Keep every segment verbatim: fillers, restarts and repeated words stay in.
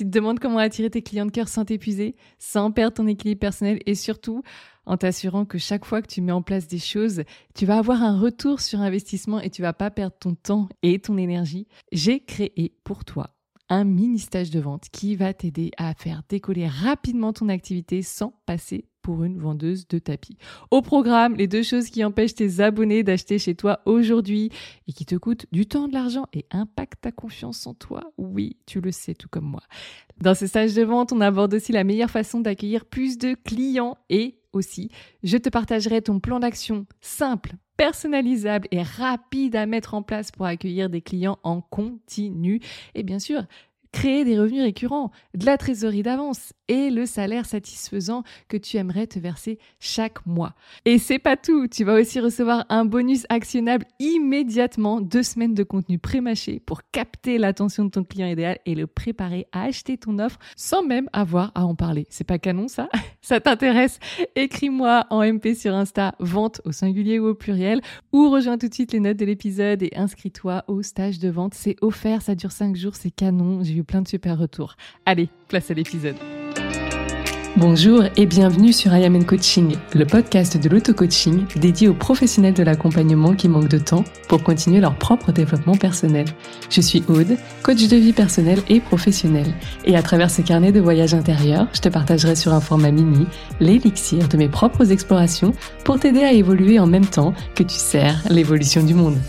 Tu te demandes comment attirer tes clients de cœur sans t'épuiser, sans perdre ton équilibre personnel et surtout en t'assurant que chaque fois que tu mets en place des choses, tu vas avoir un retour sur investissement et tu vas pas perdre ton temps et ton énergie. J'ai créé pour toi un mini stage de vente qui va t'aider à faire décoller rapidement ton activité sans passer pour une vendeuse de tapis. Au programme, les deux choses qui empêchent tes abonnés d'acheter chez toi aujourd'hui et qui te coûtent du temps, de l'argent et impactent ta confiance en toi. Oui, tu le sais tout comme moi. Dans ce stage de vente, on aborde aussi la meilleure façon d'accueillir plus de clients et aussi, je te partagerai ton plan d'action simple, personnalisable et rapide à mettre en place pour accueillir des clients en continu. Et bien sûr, créer des revenus récurrents, de la trésorerie d'avance et le salaire satisfaisant que tu aimerais te verser chaque mois. Et c'est pas tout, tu vas aussi recevoir un bonus actionnable immédiatement, deux semaines de contenu pré-mâché pour capter l'attention de ton client idéal et le préparer à acheter ton offre sans même avoir à en parler. C'est pas canon ça? Ça t'intéresse? Écris-moi en M P sur Insta, vente au singulier ou au pluriel, ou rejoins tout de suite les notes de l'épisode et inscris-toi au stage de vente. C'est offert, ça dure cinq jours, c'est canon, j'ai eu plein de super retours. Allez, place à l'épisode. Bonjour et bienvenue sur I Am In Coaching, le podcast de l'auto-coaching dédié aux professionnels de l'accompagnement qui manquent de temps pour continuer leur propre développement personnel. Je suis Aude, coach de vie personnelle et professionnelle. Et à travers ce carnet de voyage intérieur, je te partagerai sur un format mini l'élixir de mes propres explorations pour t'aider à évoluer en même temps que tu sers l'évolution du monde.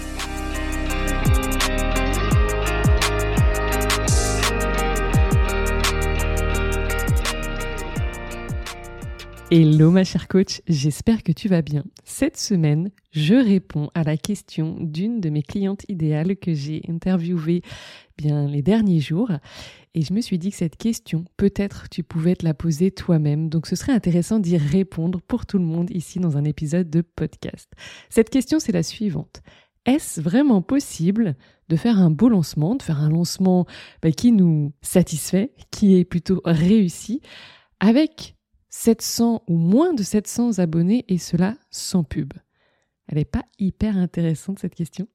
Hello ma chère coach, j'espère que tu vas bien. Cette semaine, je réponds à la question d'une de mes clientes idéales que j'ai interviewée bien les derniers jours et je me suis dit que cette question, peut-être tu pouvais te la poser toi-même, donc ce serait intéressant d'y répondre pour tout le monde ici dans un épisode de podcast. Cette question, c'est la suivante. Est-ce vraiment possible de faire un beau lancement, de faire un lancement bah, qui nous satisfait, qui est plutôt réussi, avec sept cents ou moins de sept cents abonnés et cela sans pub? Elle n'est pas hyper intéressante cette question.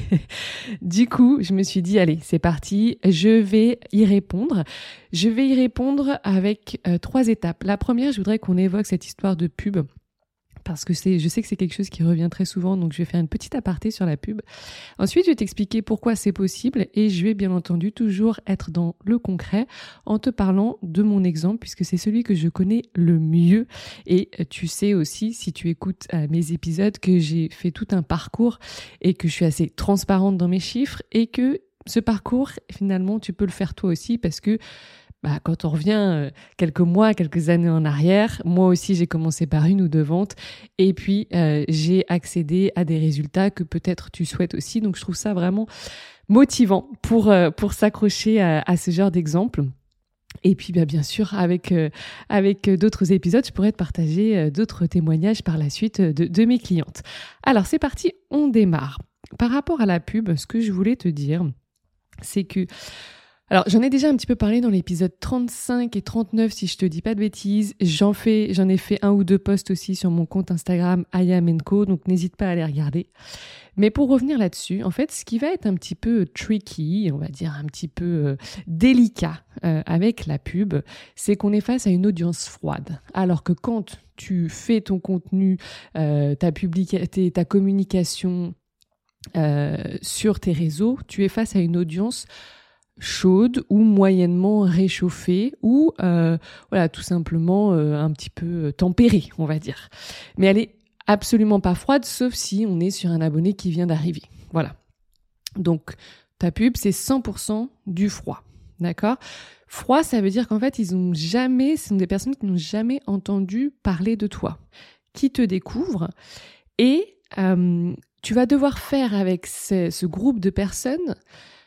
Du coup, je me suis dit, allez, c'est parti, je vais y répondre. Je vais y répondre avec euh, trois étapes. La première, je voudrais qu'on évoque cette histoire de pub. Parce que c'est, je sais que c'est quelque chose qui revient très souvent, donc je vais faire une petite aparté sur la pub. Ensuite, je vais t'expliquer pourquoi c'est possible et je vais bien entendu toujours être dans le concret en te parlant de mon exemple puisque c'est celui que je connais le mieux. Et tu sais aussi, si tu écoutes euh, mes épisodes, que j'ai fait tout un parcours et que je suis assez transparente dans mes chiffres et que ce parcours, finalement, tu peux le faire toi aussi parce que Bah, quand on revient quelques mois, quelques années en arrière, moi aussi j'ai commencé par une ou deux ventes et puis euh, j'ai accédé à des résultats que peut-être tu souhaites aussi. Donc je trouve ça vraiment motivant pour euh, pour s'accrocher à, à ce genre d'exemple. Et puis bah, bien sûr avec euh, avec d'autres épisodes, je pourrais te partager euh, d'autres témoignages par la suite de, de mes clientes. Alors c'est parti, on démarre. Par rapport à la pub, ce que je voulais te dire, c'est que Alors, j'en ai déjà un petit peu parlé dans l'épisode trente-cinq et trente-neuf, si je te dis pas de bêtises. J'en fais, j'en ai fait un ou deux posts aussi sur mon compte Instagram I Am In Co, donc n'hésite pas à les regarder. Mais pour revenir là-dessus, en fait, ce qui va être un petit peu tricky, on va dire un petit peu euh, délicat euh, avec la pub, c'est qu'on est face à une audience froide. Alors que quand tu fais ton contenu, euh, ta, publica- tes, ta communication euh, sur tes réseaux, tu es face à une audience chaude ou moyennement réchauffée ou euh, voilà tout simplement euh, un petit peu tempérée, on va dire. Mais elle est absolument pas froide, sauf si on est sur un abonné qui vient d'arriver. Voilà. Donc ta pub, c'est cent pour cent du froid, d'accord ? Froid, ça veut dire qu'en fait ils ont jamais, ce sont des personnes qui n'ont jamais entendu parler de toi, qui te découvrent et euh, tu vas devoir faire avec ce, ce groupe de personnes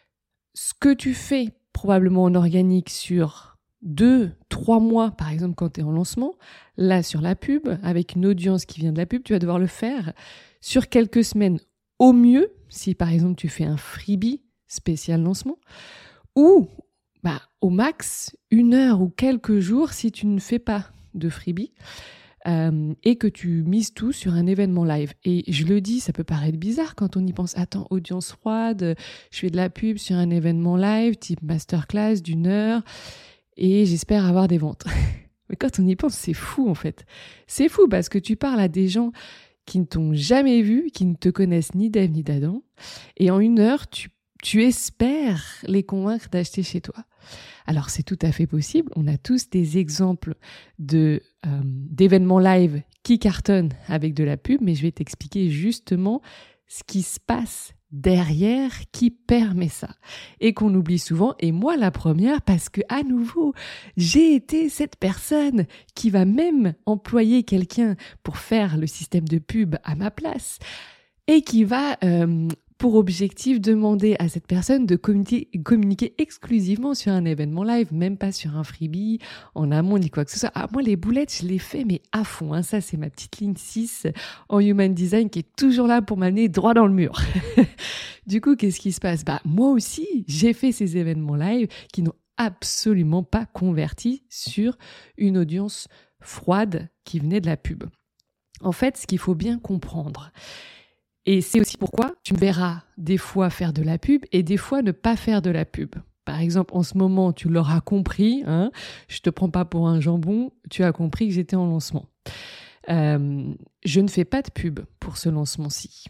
ce que tu fais probablement en organique sur deux, trois mois, par exemple quand tu es en lancement, là sur la pub, avec une audience qui vient de la pub, tu vas devoir le faire sur quelques semaines au mieux, si par exemple tu fais un freebie spécial lancement, ou bah, au max une heure ou quelques jours si tu ne fais pas de freebie. euh, et que tu mises tout sur un événement live. Et je le dis, ça peut paraître bizarre quand on y pense. Attends, audience froide, je fais de la pub sur un événement live, type masterclass d'une heure, et j'espère avoir des ventes. Mais quand on y pense, c'est fou en fait. C'est fou parce que tu parles à des gens qui ne t'ont jamais vu, qui ne te connaissent ni d'Ève ni d'Adam, et en une heure, tu, tu espères les convaincre d'acheter chez toi. Alors c'est tout à fait possible, on a tous des exemples de, euh, d'événements live qui cartonnent avec de la pub, mais je vais t'expliquer justement ce qui se passe derrière qui permet ça et qu'on oublie souvent, et moi la première, parce que à nouveau j'ai été cette personne qui va même employer quelqu'un pour faire le système de pub à ma place et qui va euh, pour objectif demander à cette personne de communiquer, communiquer exclusivement sur un événement live, même pas sur un freebie, en amont ni quoi que ce soit. Ah, moi, les boulettes, je les fais, mais à fond. Hein. Ça, c'est ma petite ligne six en Human Design qui est toujours là pour m'amener droit dans le mur. Du coup, qu'est-ce qui se passe ? Bah, moi aussi, j'ai fait ces événements live qui n'ont absolument pas converti sur une audience froide qui venait de la pub. En fait, ce qu'il faut bien comprendre, et c'est aussi pourquoi tu me verras des fois faire de la pub et des fois ne pas faire de la pub. Par exemple, en ce moment, tu l'auras compris, hein, je te prends pas pour un jambon, tu as compris que j'étais en lancement. Euh, je ne fais pas de pub pour ce lancement-ci.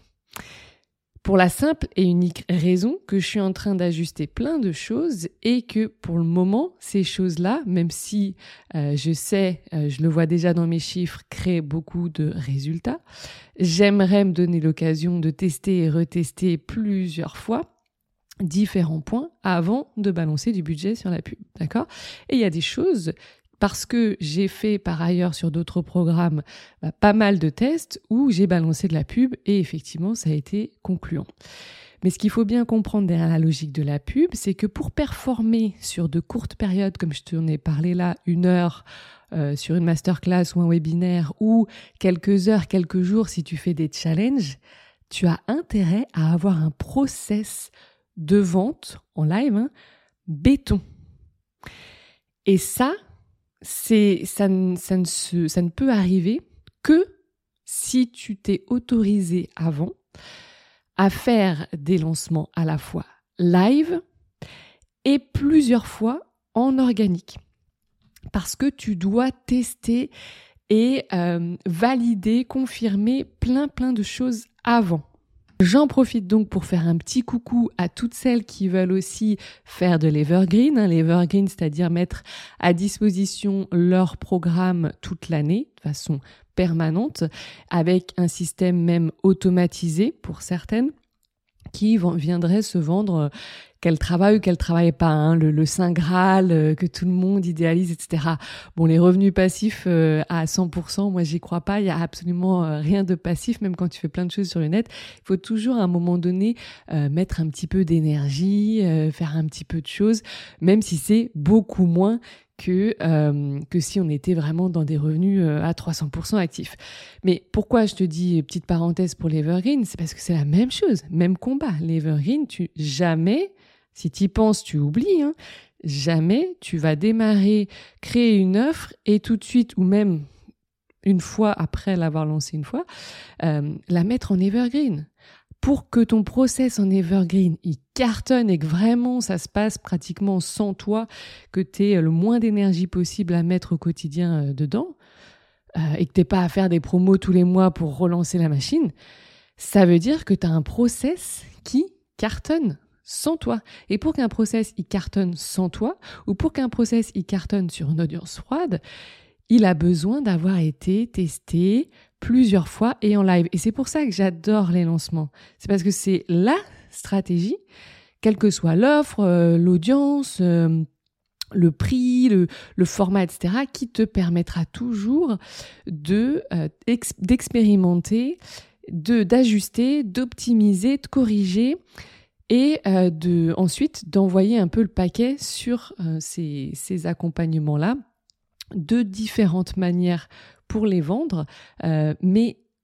Pour la simple et unique raison que je suis en train d'ajuster plein de choses et que pour le moment, ces choses-là, même si euh, je sais, euh, je le vois déjà dans mes chiffres, créent beaucoup de résultats, j'aimerais me donner l'occasion de tester et retester plusieurs fois différents points avant de balancer du budget sur la pub, d'accord ? Et il y a des choses, parce que j'ai fait par ailleurs sur d'autres programmes bah, pas mal de tests où j'ai balancé de la pub et effectivement ça a été concluant. Mais ce qu'il faut bien comprendre derrière la logique de la pub, c'est que pour performer sur de courtes périodes, comme je t'en ai parlé là, une heure euh, sur une masterclass ou un webinaire, ou quelques heures, quelques jours si tu fais des challenges, tu as intérêt à avoir un process de vente en live, hein, béton. Et ça, c'est, ça, ne, ça, ne se, ça ne peut arriver que si tu t'es autorisé avant à faire des lancements à la fois live et plusieurs fois en organique. Parce que tu dois tester et euh, valider, confirmer plein plein de choses avant. J'en profite donc pour faire un petit coucou à toutes celles qui veulent aussi faire de l'evergreen. Hein, l'evergreen, c'est-à-dire mettre à disposition leur programme toute l'année, de façon permanente, avec un système même automatisé pour certaines, qui viendraient se vendre qu'elles travaillent ou qu'elles travaillent pas, hein, le, le Saint Graal euh, que tout le monde idéalise, et cetera. Bon, les revenus passifs euh, à cent pour cent, moi j'y crois pas, il y a absolument euh, rien de passif, même quand tu fais plein de choses sur le net. Il faut toujours à un moment donné euh, mettre un petit peu d'énergie, euh, faire un petit peu de choses, même si c'est beaucoup moins que euh, que si on était vraiment dans des revenus euh, à trois cents pour cent actifs. Mais pourquoi je te dis, petite parenthèse pour l'Evergreen, c'est parce que c'est la même chose, même combat. L'Evergreen, tu jamais, si tu y penses, tu oublies, hein, jamais tu vas démarrer, créer une offre et tout de suite, ou même une fois après l'avoir lancée une fois, euh, la mettre en Evergreen. Pour que ton process en Evergreen, il cartonne et que vraiment ça se passe pratiquement sans toi, que tu aies le moins d'énergie possible à mettre au quotidien euh, dedans, euh, et que tu n'aies pas à faire des promos tous les mois pour relancer la machine, ça veut dire que tu as un process qui cartonne sans toi. Et pour qu'un process il cartonne sans toi, ou pour qu'un process il cartonne sur une audience froide, il a besoin d'avoir été testé plusieurs fois et en live. Et c'est pour ça que j'adore les lancements. C'est parce que c'est la stratégie, quelle que soit l'offre, euh, l'audience, euh, le prix, le, le format, et cetera, qui te permettra toujours de, euh, ex- d'expérimenter, de, d'ajuster, d'optimiser, de corriger et euh, de, ensuite d'envoyer un peu le paquet sur euh, ces, ces accompagnements-là de différentes manières pour les vendre, euh, mais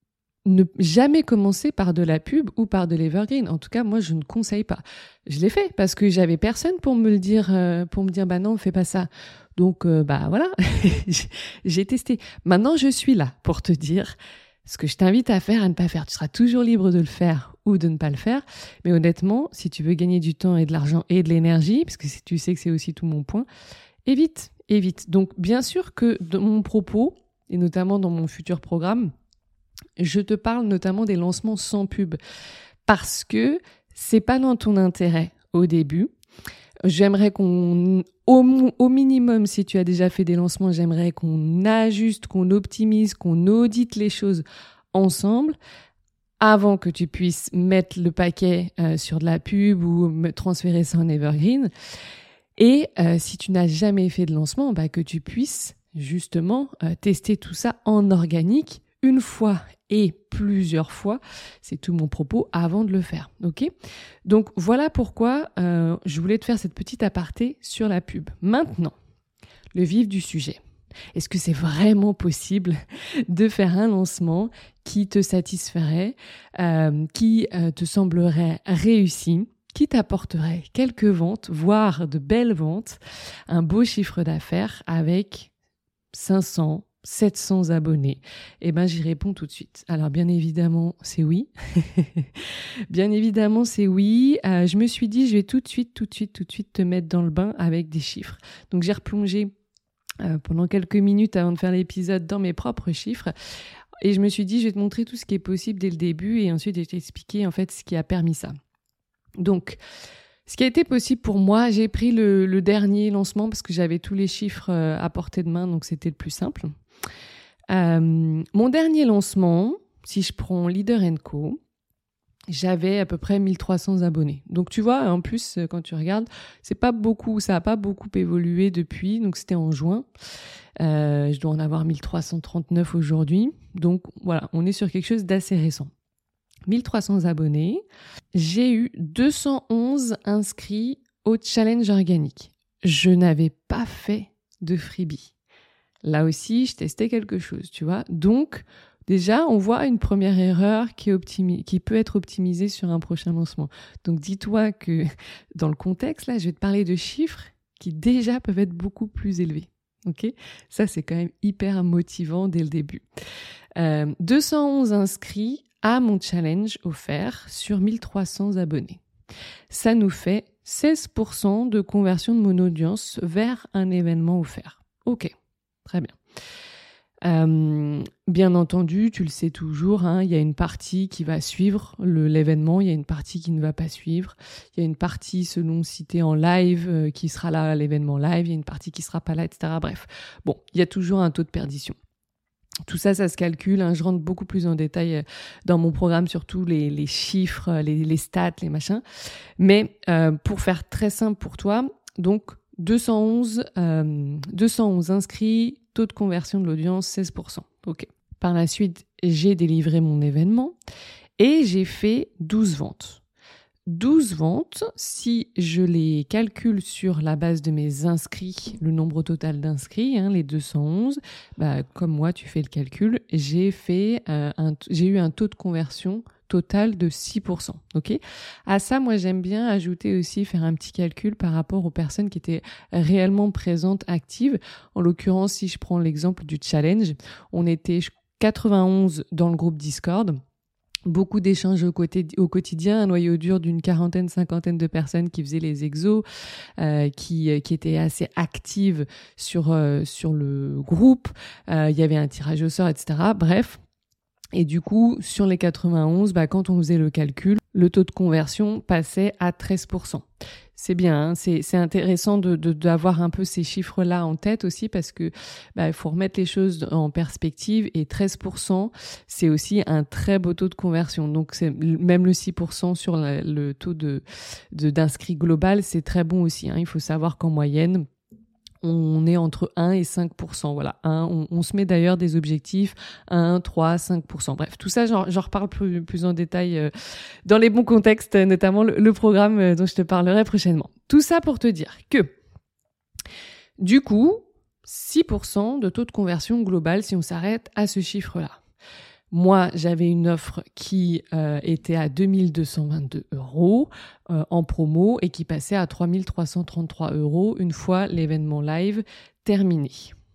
ne jamais commencer par de la pub ou par de l'evergreen. En tout cas, moi, je ne conseille pas. Je l'ai fait parce que j'avais personne pour me le dire, euh, pour me dire, bah non, fais pas ça. Donc, euh, bah voilà, j'ai testé. Maintenant, je suis là pour te dire ce que je t'invite à faire, à ne pas faire. Tu seras toujours libre de le faire ou de ne pas le faire. Mais honnêtement, si tu veux gagner du temps et de l'argent et de l'énergie, parce que tu sais que c'est aussi tout mon point, évite, évite. Donc, bien sûr que dans mon propos, et notamment dans mon futur programme, je te parle notamment des lancements sans pub. Parce que c'est pas dans ton intérêt au début. J'aimerais qu'on, au, au minimum, si tu as déjà fait des lancements, j'aimerais qu'on ajuste, qu'on optimise, qu'on audite les choses ensemble avant que tu puisses mettre le paquet euh, sur de la pub ou me transférer ça en evergreen. Et euh, si tu n'as jamais fait de lancement, bah, que tu puisses justement euh, tester tout ça en organique une fois et plusieurs fois, c'est tout mon propos, avant de le faire, ok ? Donc voilà pourquoi euh, je voulais te faire cette petite aparté sur la pub. Maintenant, le vif du sujet. Est-ce que c'est vraiment possible de faire un lancement qui te satisferait, euh, qui euh, te semblerait réussi, qui t'apporterait quelques ventes, voire de belles ventes, un beau chiffre d'affaires avec cinq cents, sept cents abonnés? Eh ben, j'y réponds tout de suite. Alors, bien évidemment, c'est oui. Bien évidemment, c'est oui. Euh, je me suis dit, je vais tout de suite, tout de suite, tout de suite te mettre dans le bain avec des chiffres. Donc, j'ai replongé euh, pendant quelques minutes avant de faire l'épisode dans mes propres chiffres. Et je me suis dit, je vais te montrer tout ce qui est possible dès le début et ensuite, je vais t'expliquer en fait ce qui a permis ça. Donc, ce qui a été possible pour moi, j'ai pris le, le dernier lancement parce que j'avais tous les chiffres euh, à portée de main, donc c'était le plus simple. Euh, mon dernier lancement, si je prends Leader and Co, j'avais à peu près mille trois cents abonnés. Donc tu vois, en plus, quand tu regardes, c'est pas beaucoup, ça a pas beaucoup évolué depuis. Donc c'était en juin. Euh, je dois en avoir mille trois cent trente-neuf aujourd'hui. Donc voilà, on est sur quelque chose d'assez récent. mille trois cents abonnés. J'ai eu deux cent onze inscrits au challenge organique. Je n'avais pas fait de freebie. Là aussi, je testais quelque chose, tu vois. Donc, déjà, on voit une première erreur qui, est optimi- qui peut être optimisée sur un prochain lancement. Donc, dis-toi que dans le contexte, là, je vais te parler de chiffres qui déjà peuvent être beaucoup plus élevés. Ok ? Ça, c'est quand même hyper motivant dès le début. Euh, deux cent onze inscrits à mon challenge offert sur mille trois cents abonnés. Ça nous fait seize pour cent de conversion de mon audience vers un événement offert. Ok, très bien. Euh, bien entendu, tu le sais toujours, hein, il y a une partie qui va suivre le, l'événement, il y a une partie qui ne va pas suivre, il y a une partie selon si t'es en live euh, qui sera là à l'événement live, il y a une partie qui sera pas là, et cetera. Bref, bon, il y a toujours un taux de perdition. Tout ça, ça se calcule. Hein. Je rentre beaucoup plus en détail dans mon programme, surtout les, les chiffres, les, les stats, les machins. Mais euh, pour faire très simple pour toi, donc deux cent onze, euh, deux cent onze inscrits, taux de conversion de l'audience seize pour cent. Ok. Par la suite, j'ai délivré mon événement et j'ai fait douze ventes. douze ventes, si je les calcule sur la base de mes inscrits, le nombre total d'inscrits, hein, les deux cent onze, bah, comme moi, tu fais le calcul, j'ai fait euh, un, j'ai eu un taux de conversion total de six pour cent. Ok. À ça, moi, j'aime bien ajouter aussi, faire un petit calcul par rapport aux personnes qui étaient réellement présentes, actives. En l'occurrence, si je prends l'exemple du challenge, on était quatre-vingt-onze dans le groupe Discord. Beaucoup d'échanges au, côté, au quotidien, un noyau dur d'une quarantaine, cinquantaine de personnes qui faisaient les exos, euh, qui, qui étaient assez actives sur, euh, sur le groupe. Euh, il y avait un tirage au sort, et cetera. Bref. Et du coup, sur les quatre-vingt-onze, bah, quand on faisait le calcul, le taux de conversion passait à treize pour cent. C'est bien, hein, c'est, c'est intéressant de, de, d'avoir un peu ces chiffres-là en tête aussi parce que bah, il faut remettre les choses en perspective et treize pour cent, c'est aussi un très beau taux de conversion. Donc, c'est, même le six pour cent sur la, le taux de, de, d'inscrit global, c'est très bon aussi. Hein. Il faut savoir qu'en moyenne, on est entre un et cinq pour cent. Voilà. un, on, on se met d'ailleurs des objectifs un, trois, cinq pour cent. Bref, tout ça, j'en, j'en reparle plus, plus en détail euh, dans les bons contextes, notamment le, le programme euh, dont je te parlerai prochainement. Tout ça pour te dire que, du coup, six pour cent de taux de conversion global si on s'arrête à ce chiffre-là. Moi, j'avais une offre qui euh, était à deux mille deux cent vingt-deux euros euh, en promo et qui passait à trois mille trois cent trente-trois euros une fois l'événement live terminé.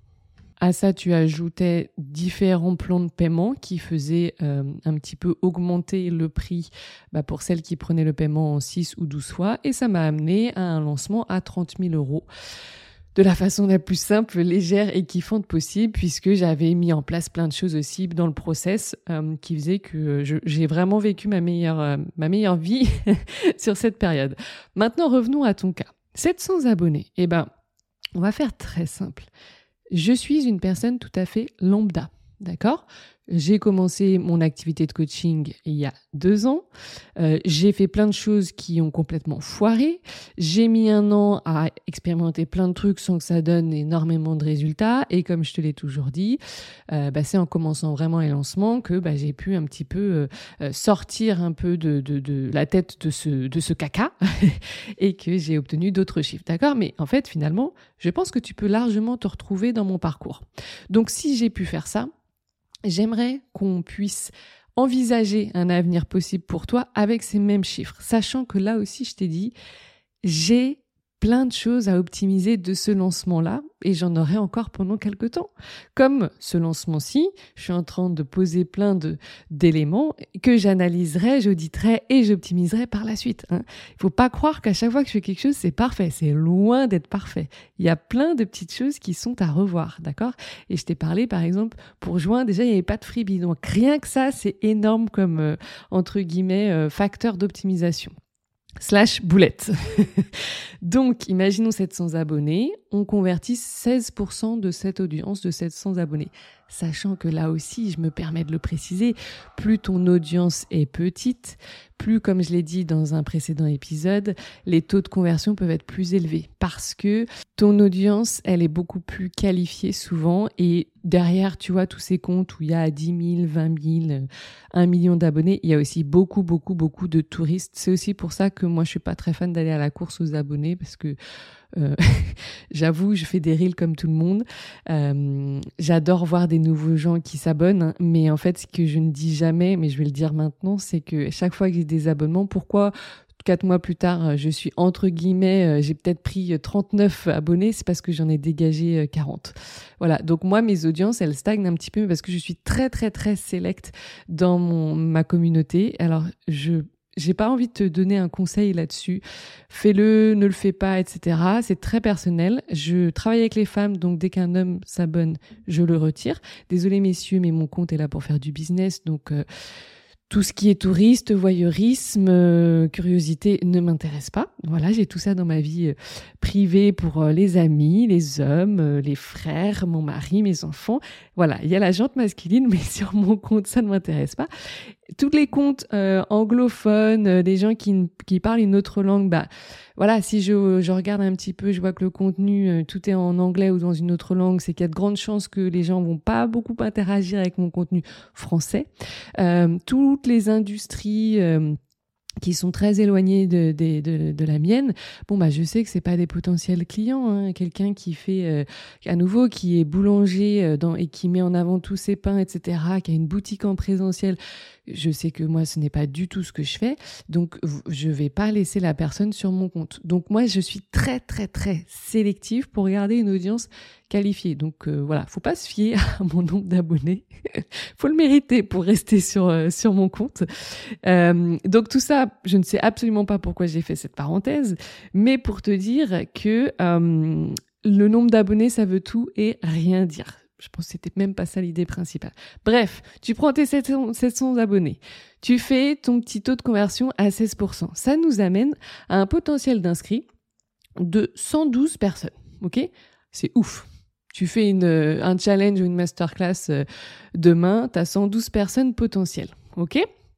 À ça, tu ajoutais différents plans de paiement qui faisaient euh, un petit peu augmenter le prix bah, pour celles qui prenaient le paiement en six ou douze fois. Et ça m'a amené à un lancement à trente mille euros de la façon la plus simple, légère et kiffante possible, puisque j'avais mis en place plein de choses aussi dans le process euh, qui faisait que je, j'ai vraiment vécu ma meilleure, euh, ma meilleure vie sur cette période. Maintenant, revenons à ton cas. sept cents abonnés. Eh ben, on va faire très simple. Je suis une personne tout à fait lambda, d'accord ? J'ai commencé mon activité de coaching il y a deux ans. Euh, j'ai fait plein de choses qui ont complètement foiré. J'ai mis un an à expérimenter plein de trucs sans que ça donne énormément de résultats. Et comme je te l'ai toujours dit, euh, bah, c'est en commençant vraiment les lancements que bah, j'ai pu un petit peu euh, sortir un peu de, de, de la tête de ce, de ce caca et que j'ai obtenu d'autres chiffres. D'accord ? Mais en fait, finalement, je pense que tu peux largement te retrouver dans mon parcours. Donc, si j'ai pu faire ça, j'aimerais qu'on puisse envisager un avenir possible pour toi avec ces mêmes chiffres, sachant que là aussi, je t'ai dit, j'ai plein de choses à optimiser de ce lancement-là et j'en aurai encore pendant quelques temps. Comme ce lancement-ci, je suis en train de poser plein de, d'éléments que j'analyserai, j'auditerai et j'optimiserai par la suite. Hein. Il ne faut pas croire qu'à chaque fois que je fais quelque chose, c'est parfait. C'est loin d'être parfait. Il y a plein de petites choses qui sont à revoir, d'accord ? Et je t'ai parlé, par exemple, pour juin, déjà, il n'y avait pas de freebie. Donc, rien que ça, c'est énorme comme, euh, entre guillemets, euh, facteur d'optimisation. Slash boulette. Donc, imaginons sept cents abonnés, on convertit seize pour cent de cette audience de sept cents abonnés. Sachant que là aussi, je me permets de le préciser, plus ton audience est petite, plus, comme je l'ai dit dans un précédent épisode, les taux de conversion peuvent être plus élevés parce que ton audience, elle est beaucoup plus qualifiée souvent et derrière, tu vois, tous ces comptes où il y a dix mille, vingt mille, un million d'abonnés, il y a aussi beaucoup, beaucoup, beaucoup de touristes. C'est aussi pour ça que moi, je suis pas très fan d'aller à la course aux abonnés parce que Euh, j'avoue, je fais des reels comme tout le monde. Euh, j'adore voir des nouveaux gens qui s'abonnent, hein, mais en fait, ce que je ne dis jamais, mais je vais le dire maintenant, c'est que chaque fois que j'ai des abonnements, pourquoi quatre mois plus tard, je suis entre guillemets, j'ai peut-être pris trente-neuf abonnés, c'est parce que j'en ai dégagé quarante. Voilà, donc moi, mes audiences, elles stagnent un petit peu parce que je suis très, très, très sélecte dans mon, ma communauté. Alors, je... J'ai pas envie de te donner un conseil là-dessus. Fais-le, ne le fais pas, et cetera. C'est très personnel. Je travaille avec les femmes, donc dès qu'un homme s'abonne, je le retire. Désolé messieurs, mais mon compte est là pour faire du business, donc euh, tout ce qui est touriste, voyeurisme, euh, curiosité ne m'intéresse pas. Voilà, j'ai tout ça dans ma vie euh, privée pour euh, les amis, les hommes, euh, les frères, mon mari, mes enfants. Voilà, il y a la jante masculine, mais sur mon compte, ça ne m'intéresse pas. Tous les comptes euh, anglophones, euh, des gens qui, qui parlent une autre langue, bah voilà, si je, je regarde un petit peu, je vois que le contenu, euh, tout est en anglais ou dans une autre langue, c'est qu'il y a de grandes chances que les gens vont pas beaucoup interagir avec mon contenu français. Euh, toutes les industries euh, qui sont très éloignés de, de, de, de la mienne, bon bah je sais que c'est pas des potentiels clients, hein. Quelqu'un qui fait euh, à nouveau qui est boulanger euh, dans, et qui met en avant tous ses pains, et cetera, qui a une boutique en présentiel, je sais que moi ce n'est pas du tout ce que je fais, donc je vais pas laisser la personne sur mon compte. Donc moi je suis très très très sélective pour garder une audience qualifiée. Donc euh, voilà, faut pas se fier à mon nombre d'abonnés, faut le mériter pour rester sur euh, sur mon compte. Euh, donc tout ça, je ne sais absolument pas pourquoi j'ai fait cette parenthèse, mais pour te dire que euh, le nombre d'abonnés ça veut tout et rien dire. Je pense que c'était même pas ça l'idée principale. Bref, tu prends tes sept cents abonnés, tu fais ton petit taux de conversion à seize pour cent. Ça nous amène à un potentiel d'inscrits de cent douze personnes. Ok ? C'est ouf. Tu fais une, un challenge ou une masterclass euh, demain, tu as cent douze personnes potentielles. Ok ?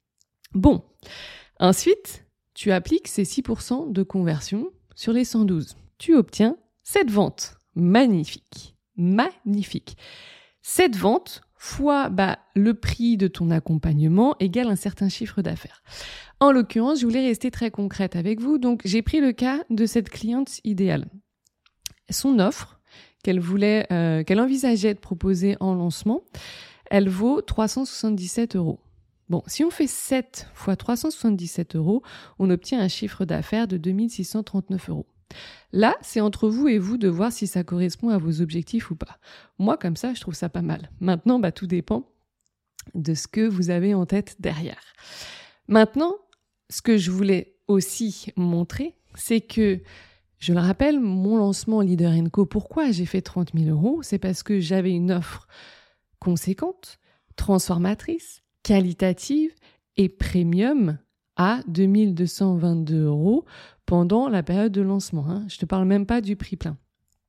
Bon. Ensuite, tu appliques ces six pour cent de conversion sur les cent douze. Tu obtiens sept ventes. Magnifique. Magnifique. Cette vente fois bah, le prix de ton accompagnement égale un certain chiffre d'affaires. En l'occurrence, je voulais rester très concrète avec vous, donc j'ai pris le cas de cette cliente idéale. Son offre qu'elle voulait, euh, qu'elle envisageait de proposer en lancement, elle vaut trois cent soixante-dix-sept euros. Bon, si on fait sept fois trois cent soixante-dix-sept euros, on obtient un chiffre d'affaires de deux mille six cent trente-neuf euros. Là, c'est entre vous et vous de voir si ça correspond à vos objectifs ou pas. Moi, comme ça, je trouve ça pas mal. Maintenant, bah, tout dépend de ce que vous avez en tête derrière. Maintenant, ce que je voulais aussi montrer, c'est que, je le rappelle, mon lancement Leader and Co, pourquoi j'ai fait trente mille euros? C'est parce que j'avais une offre conséquente, transformatrice, qualitative et premium à deux mille deux cent vingt-deux euros pendant la période de lancement. Hein. Je ne te parle même pas du prix plein.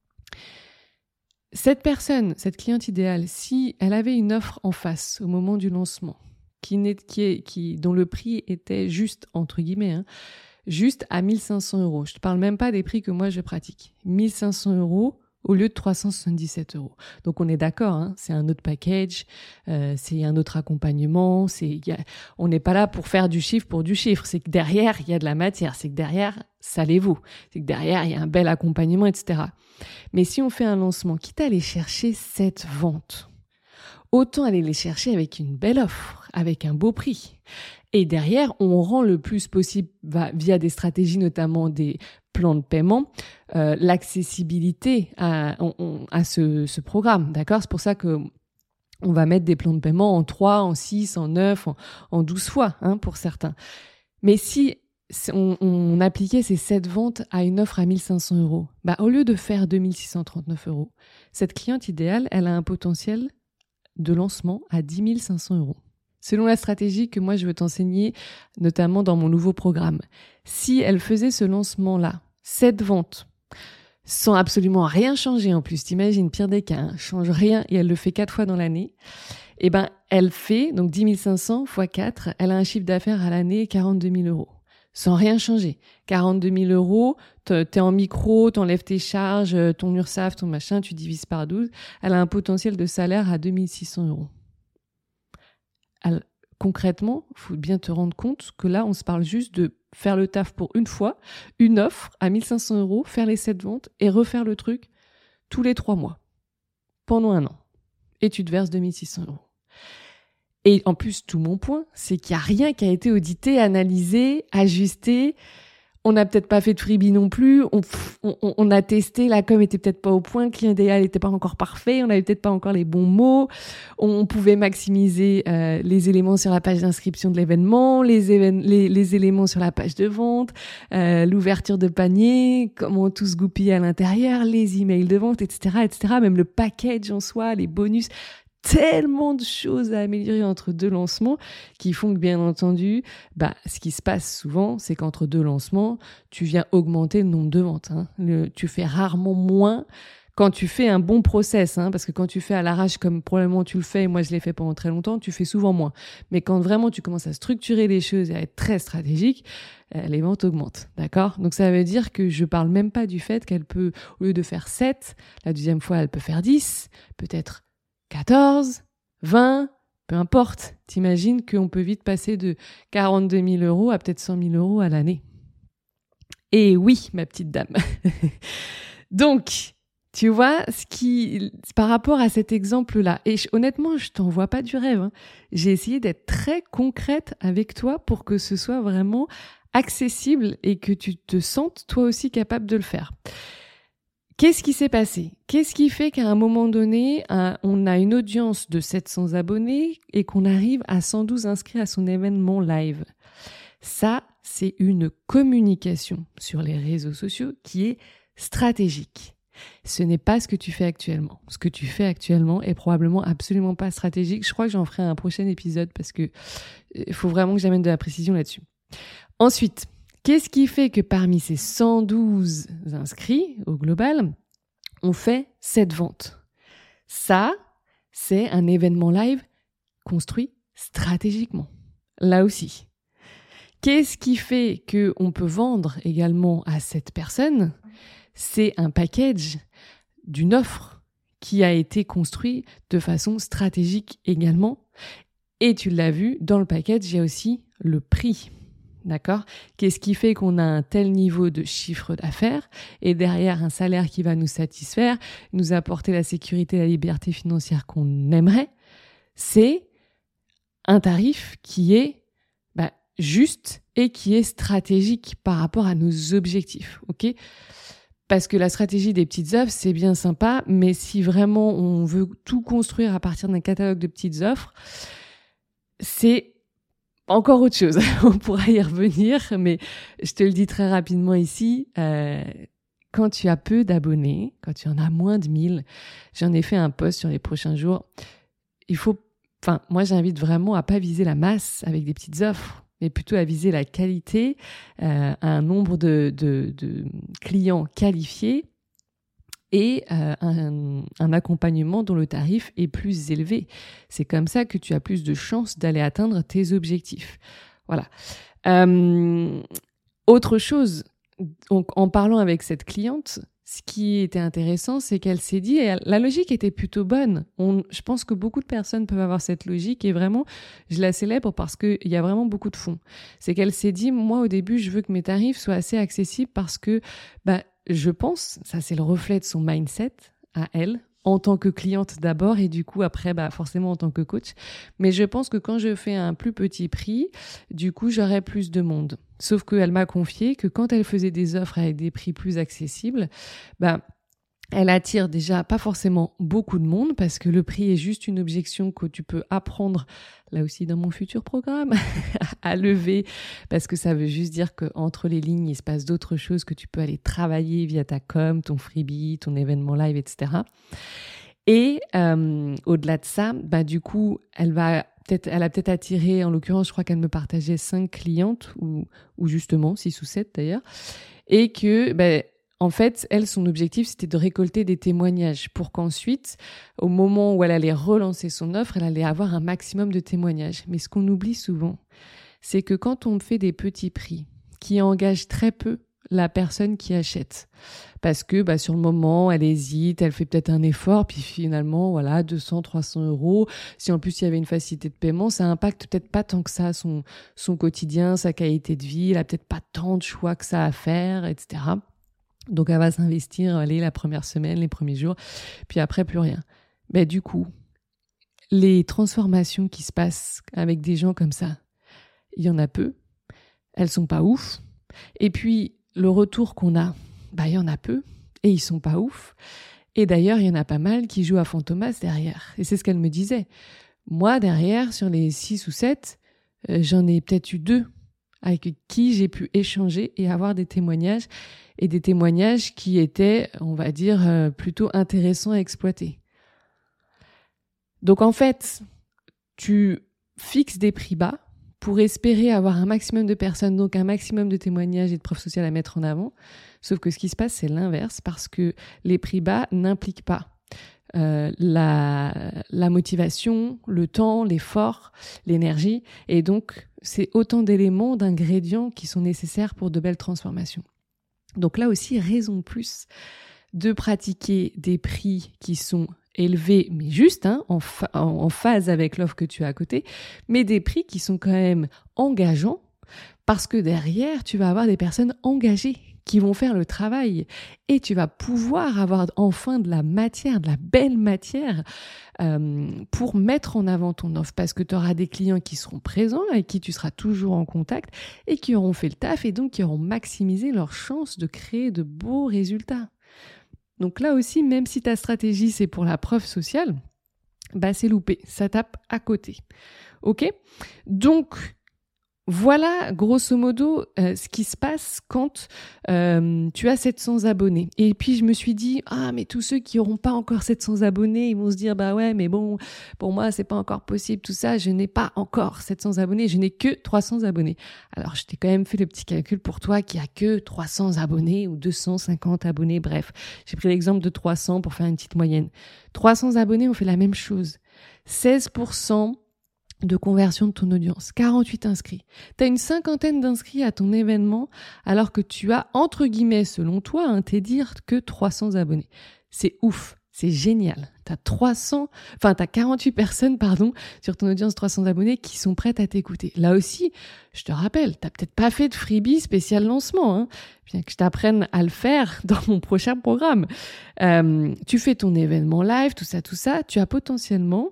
Cette personne, cette cliente idéale, si elle avait une offre en face au moment du lancement, qui n'est, qui est, qui, dont le prix était juste, entre guillemets, hein, juste à mille cinq cents euros. Je ne te parle même pas des prix que moi je pratique. mille cinq cents euros au lieu de trois cent soixante-dix-sept euros. Donc on est d'accord, hein, c'est un autre package, euh, c'est un autre accompagnement, c'est, y a, on n'est pas là pour faire du chiffre pour du chiffre, c'est que derrière, il y a de la matière, c'est que derrière, ça les vaut, c'est que derrière, il y a un bel accompagnement, et cetera. Mais si on fait un lancement, quitte à aller chercher cette vente, autant aller les chercher avec une belle offre, avec un beau prix. Et derrière, on rend le plus possible, via des stratégies, notamment des plans de paiement, euh, l'accessibilité à, on, à ce, ce programme. D'accord ? C'est pour ça que on va mettre des plans de paiement en trois, en six, en neuf, en, en douze fois, hein, pour certains. Mais si on, on appliquait ces sept ventes à une offre à mille cinq cents euros, bah, au lieu de faire deux mille six cent trente-neuf euros, cette cliente idéale, elle a un potentiel de lancement à dix mille cinq cents euros. Selon la stratégie que moi je veux t'enseigner, notamment dans mon nouveau programme. Si elle faisait ce lancement-là, cette vente, sans absolument rien changer en plus, t'imagines, pire des cas, hein, change rien et elle le fait quatre fois dans l'année, eh ben elle fait, donc dix mille cinq cents fois quatre, elle a un chiffre d'affaires à l'année quarante-deux mille euros. Sans rien changer. quarante-deux mille euros, t'es en micro, t'enlèves tes charges, ton URSSAF, ton machin, tu divises par douze, elle a un potentiel de salaire à deux mille six cents euros. Alors, concrètement, il faut bien te rendre compte que là, on se parle juste de faire le taf pour une fois, une offre à mille cinq cents euros, faire les sept ventes et refaire le truc tous les trois mois, pendant un an. Et tu te verses deux mille six cents euros. Et en plus, tout mon point, c'est qu'il n'y a rien qui a été audité, analysé, ajusté. On n'a peut-être pas fait de freebie non plus. On, on, on a testé, la com était peut-être pas au point, le client idéal n'était pas encore parfait, on n'avait peut-être pas encore les bons mots. On pouvait maximiser euh, les éléments sur la page d'inscription de l'événement, les, évén- les, les éléments sur la page de vente, euh, l'ouverture de panier, comment tout se goupille à l'intérieur, les emails de vente, et cetera, et cetera. Même le package en soi, les bonus. Tellement de choses à améliorer entre deux lancements qui font que, bien entendu, bah, ce qui se passe souvent, c'est qu'entre deux lancements, tu viens augmenter le nombre de ventes. Hein. Le, tu fais rarement moins quand tu fais un bon process, hein, parce que quand tu fais à l'arrache, comme probablement tu le fais, et moi je l'ai fait pendant très longtemps, tu fais souvent moins. Mais quand vraiment tu commences à structurer les choses et à être très stratégique, euh, les ventes augmentent, d'accord ? Donc ça veut dire que je parle même pas du fait qu'elle peut, au lieu de faire sept, la deuxième fois elle peut faire dix, peut-être quatorze, vingt, peu importe. T'imagines qu'on peut vite passer de quarante-deux mille euros à peut-être cent mille euros à l'année. Et oui, ma petite dame. Donc, tu vois, ce qui, par rapport à cet exemple-là, et je, honnêtement, je t'envoie pas du rêve, hein. J'ai essayé d'être très concrète avec toi pour que ce soit vraiment accessible et que tu te sentes toi aussi capable de le faire. Qu'est-ce qui s'est passé ? Qu'est-ce qui fait qu'à un moment donné, un, on a une audience de sept cents abonnés et qu'on arrive à cent douze inscrits à son événement live ? Ça, c'est une communication sur les réseaux sociaux qui est stratégique. Ce n'est pas ce que tu fais actuellement. Ce que tu fais actuellement est probablement absolument pas stratégique. Je crois que j'en ferai un prochain épisode parce que il faut vraiment que j'amène de la précision là-dessus. Ensuite, qu'est-ce qui fait que parmi ces cent douze inscrits au global, on fait sept ventes ? Ça, c'est un événement live construit stratégiquement. Là aussi. Qu'est-ce qui fait qu'on peut vendre également à cette personne ? C'est un package d'une offre qui a été construit de façon stratégique également. Et tu l'as vu, dans le package, il y a aussi le prix. D'accord ? Qu'est-ce qui fait qu'on a un tel niveau de chiffre d'affaires et derrière un salaire qui va nous satisfaire, nous apporter la sécurité et la liberté financière qu'on aimerait ? c'est un tarif qui est bah, juste et qui est stratégique par rapport à nos objectifs, ok ? Parce que la stratégie des petites offres, c'est bien sympa, mais si vraiment on veut tout construire à partir d'un catalogue de petites offres, c'est encore autre chose. On pourra y revenir, mais je te le dis très rapidement ici. Euh, quand tu as peu d'abonnés, quand tu en as moins de mille, j'en ai fait un post sur les prochains jours. Il faut, enfin, moi, j'invite vraiment à pas viser la masse avec des petites offres, mais plutôt à viser la qualité, euh, un nombre de, de, de clients qualifiés et euh, un, un accompagnement dont le tarif est plus élevé. C'est comme ça que tu as plus de chances d'aller atteindre tes objectifs. Voilà. Euh, autre chose, donc, en parlant avec cette cliente, ce qui était intéressant, c'est qu'elle s'est dit, et la logique était plutôt bonne. On, je pense que beaucoup de personnes peuvent avoir cette logique et vraiment, je la célèbre parce qu'il y a vraiment beaucoup de fond. C'est qu'elle s'est dit, moi au début, je veux que mes tarifs soient assez accessibles parce que bah, je pense, ça c'est le reflet de son mindset à elle, en tant que cliente d'abord et du coup après bah forcément en tant que coach. Mais je pense que quand je fais un plus petit prix, du coup j'aurai plus de monde. Sauf qu'elle m'a confié que quand elle faisait des offres avec des prix plus accessibles, bah elle attire déjà pas forcément beaucoup de monde parce que le prix est juste une objection que tu peux apprendre, là aussi dans mon futur programme, à lever parce que ça veut juste dire qu'entre les lignes, il se passe d'autres choses que tu peux aller travailler via ta com, ton freebie, ton événement live, et cetera. Et euh, au-delà de ça, bah, du coup, elle va peut-être, elle a peut-être attiré, en l'occurrence, je crois qu'elle me partageait cinq clientes ou, ou justement six ou sept d'ailleurs, et que bah, en fait, elle, son objectif, c'était de récolter des témoignages pour qu'ensuite, au moment où elle allait relancer son offre, elle allait avoir un maximum de témoignages. Mais ce qu'on oublie souvent, c'est que quand on fait des petits prix qui engagent très peu la personne qui achète, parce que bah, sur le moment, elle hésite, elle fait peut-être un effort, puis finalement, voilà, deux cents, trois cents euros. Si en plus il y avait une facilité de paiement, ça impacte peut-être pas tant que ça son, son quotidien, sa qualité de vie, elle a peut-être pas tant de choix que ça à faire, et cetera. Donc, elle va s'investir, allez, la première semaine, les premiers jours, puis après, plus rien. Mais du coup, les transformations qui se passent avec des gens comme ça, il y en a peu. Elles sont pas ouf. Et puis, le retour qu'on a, bah, il y en a peu. Et ils sont pas ouf. Et d'ailleurs, il y en a pas mal qui jouent à Fantomas derrière. Et c'est ce qu'elle me disait. Moi, derrière, sur les six ou sept, euh, j'en ai peut-être eu deux avec qui j'ai pu échanger et avoir des témoignages, et des témoignages qui étaient, on va dire, euh, plutôt intéressants à exploiter. Donc en fait, tu fixes des prix bas pour espérer avoir un maximum de personnes, donc un maximum de témoignages et de preuves sociales à mettre en avant. Sauf que ce qui se passe, c'est l'inverse, parce que les prix bas n'impliquent pas Euh, la, la motivation, le temps, l'effort, l'énergie. Et donc, c'est autant d'éléments, d'ingrédients qui sont nécessaires pour de belles transformations. Donc là aussi, raison de plus de pratiquer des prix qui sont élevés, mais juste, hein, en, fa- en phase avec l'offre que tu as à côté, mais des prix qui sont quand même engageants, parce que derrière, tu vas avoir des personnes engagées qui vont faire le travail et tu vas pouvoir avoir enfin de la matière, de la belle matière euh, pour mettre en avant ton offre, parce que tu auras des clients qui seront présents, avec qui tu seras toujours en contact et qui auront fait le taf et donc qui auront maximisé leurs chances de créer de beaux résultats. Donc là aussi, même si ta stratégie c'est pour la preuve sociale, bah c'est loupé, ça tape à côté. Ok ? Donc voilà, grosso modo, euh, ce qui se passe quand euh, tu as sept cents abonnés. Et puis, je me suis dit, ah, mais tous ceux qui n'auront pas encore sept cents abonnés, ils vont se dire, bah ouais, mais bon, pour moi, c'est pas encore possible, tout ça. Je n'ai pas encore sept cents abonnés, je n'ai que trois cents abonnés. Alors, je t'ai quand même fait le petit calcul pour toi qui a que trois cents abonnés ou deux cent cinquante abonnés. Bref, j'ai pris l'exemple de trois cents pour faire une petite moyenne. trois cents abonnés, on fait la même chose. seize pour cent de conversion de ton audience, quarante-huit inscrits. Tu as une cinquantaine d'inscrits à ton événement alors que tu as, entre guillemets, selon toi, un t'es dire que trois cents abonnés. C'est ouf, c'est génial. Tu as trois cents, enfin tu as quarante-huit personnes, pardon, sur ton audience trois cents abonnés qui sont prêtes à t'écouter. Là aussi, je te rappelle, tu n'as peut-être pas fait de freebie spécial lancement, hein, bien que je t'apprenne à le faire dans mon prochain programme. Euh, tu fais ton événement live, tout ça, tout ça, tu as potentiellement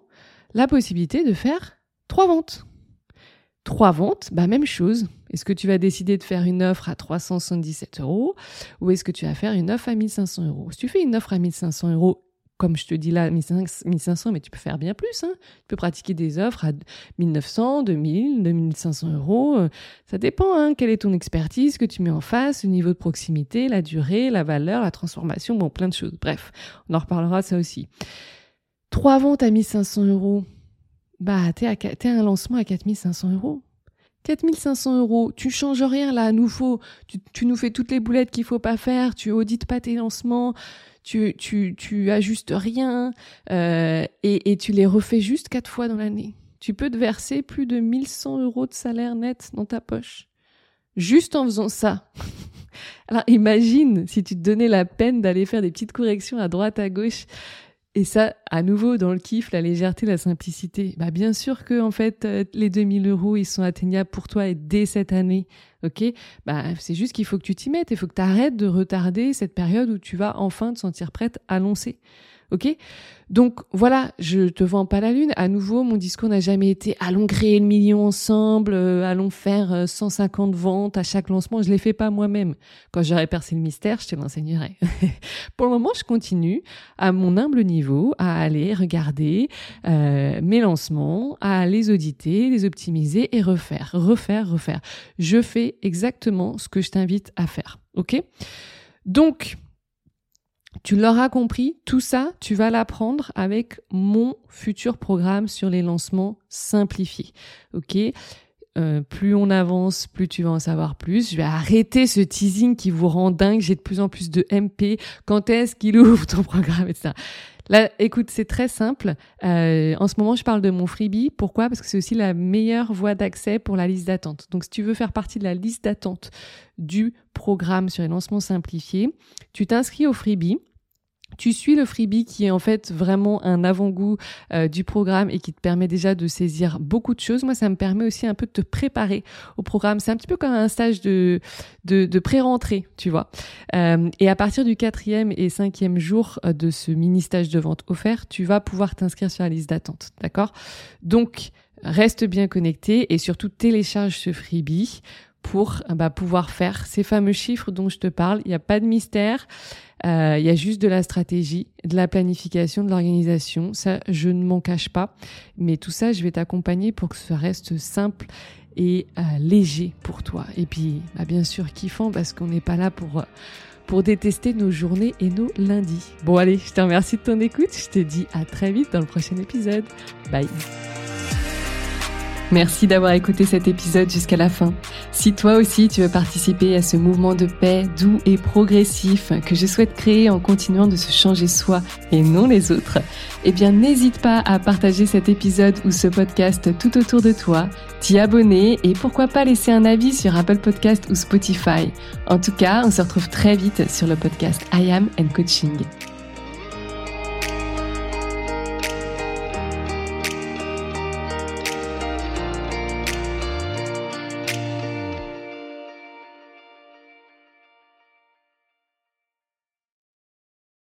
la possibilité de faire trois ventes. Trois ventes, bah même chose. Est-ce que tu vas décider de faire une offre à trois cent soixante-dix-sept euros ou est-ce que tu vas faire une offre à mille cinq cents euros? Si tu fais une offre à mille cinq cents euros, comme je te dis là, mille cinq cents, mais tu peux faire bien plus. Hein. Tu peux pratiquer des offres à mille neuf cents, deux mille, deux mille cinq cents euros. Ça dépend, hein, quelle est ton expertise que tu mets en face, le niveau de proximité, la durée, la valeur, la transformation, bon, plein de choses. Bref, on en reparlera ça aussi. Trois ventes à mille cinq cents euros. Bah, t'es à, t'es à un lancement à quatre mille cinq cents euros. quatre mille cinq cents euros, tu changes rien là, à nouveau, tu, tu nous fais toutes les boulettes qu'il faut pas faire, tu audites pas tes lancements, tu, tu, tu ajustes rien, euh, et, et tu les refais juste quatre fois dans l'année. Tu peux te verser plus de mille cent euros de salaire net dans ta poche. Juste en faisant ça. Alors imagine si tu te donnais la peine d'aller faire des petites corrections à droite, à gauche. Et ça, à nouveau, dans le kiff, la légèreté, la simplicité. Bah, bien sûr que, en fait, euh, les deux mille euros, ils sont atteignables pour toi et dès cette année. Ok? Bah, c'est juste qu'il faut que tu t'y mettes. Il faut que tu arrêtes de retarder cette période où tu vas enfin te sentir prête à lancer. Ok? Donc, voilà, je te vends pas la lune. À nouveau, mon discours n'a jamais été allons créer le million ensemble, euh, allons faire euh, cent cinquante ventes à chaque lancement. Je l'ai fait pas moi-même. Quand j'aurai percé le mystère, je te l'enseignerai. Pour le moment, je continue à mon humble niveau à aller regarder euh, mes lancements, à les auditer, les optimiser et refaire, refaire, refaire. Je fais exactement ce que je t'invite à faire. Ok? Donc, tu l'auras compris, tout ça, tu vas l'apprendre avec mon futur programme sur les lancements simplifiés. Ok ? Euh, plus on avance, plus tu vas en savoir plus. Je vais arrêter ce teasing qui vous rend dingue. J'ai de plus en plus de M P. Quand est-ce qu'il ouvre ton programme, et cetera. Là, écoute, c'est très simple. Euh, en ce moment, je parle de mon freebie. Pourquoi ? Parce que c'est aussi la meilleure voie d'accès pour la liste d'attente. Donc, si tu veux faire partie de la liste d'attente du programme sur les lancements simplifiés, tu t'inscris au freebie. Tu suis le freebie qui est en fait vraiment un avant-goût euh, du programme et qui te permet déjà de saisir beaucoup de choses. Moi, ça me permet aussi un peu de te préparer au programme. C'est un petit peu comme un stage de de, de pré-rentrée, tu vois. Euh, et à partir du quatrième et cinquième jour de ce mini stage de vente offert, tu vas pouvoir t'inscrire sur la liste d'attente, d'accord ? Donc, reste bien connecté et surtout télécharge ce freebie pour bah, pouvoir faire ces fameux chiffres dont je te parle. Il n'y a pas de mystère. Euh, il y a juste de la stratégie, de la planification, de l'organisation. Ça, je ne m'en cache pas. Mais tout ça, je vais t'accompagner pour que ça reste simple et euh, léger pour toi. Et puis, bah, bien sûr, kiffant parce qu'on n'est pas là pour, pour détester nos journées et nos lundis. Bon, allez, je te remercie de ton écoute. Je te dis à très vite dans le prochain épisode. Bye. Merci d'avoir écouté cet épisode jusqu'à la fin. Si toi aussi tu veux participer à ce mouvement de paix doux et progressif que je souhaite créer en continuant de se changer soi et non les autres, eh bien n'hésite pas à partager cet épisode ou ce podcast tout autour de toi, t'y abonner et pourquoi pas laisser un avis sur Apple Podcast ou Spotify. En tout cas, on se retrouve très vite sur le podcast I Am and Coaching.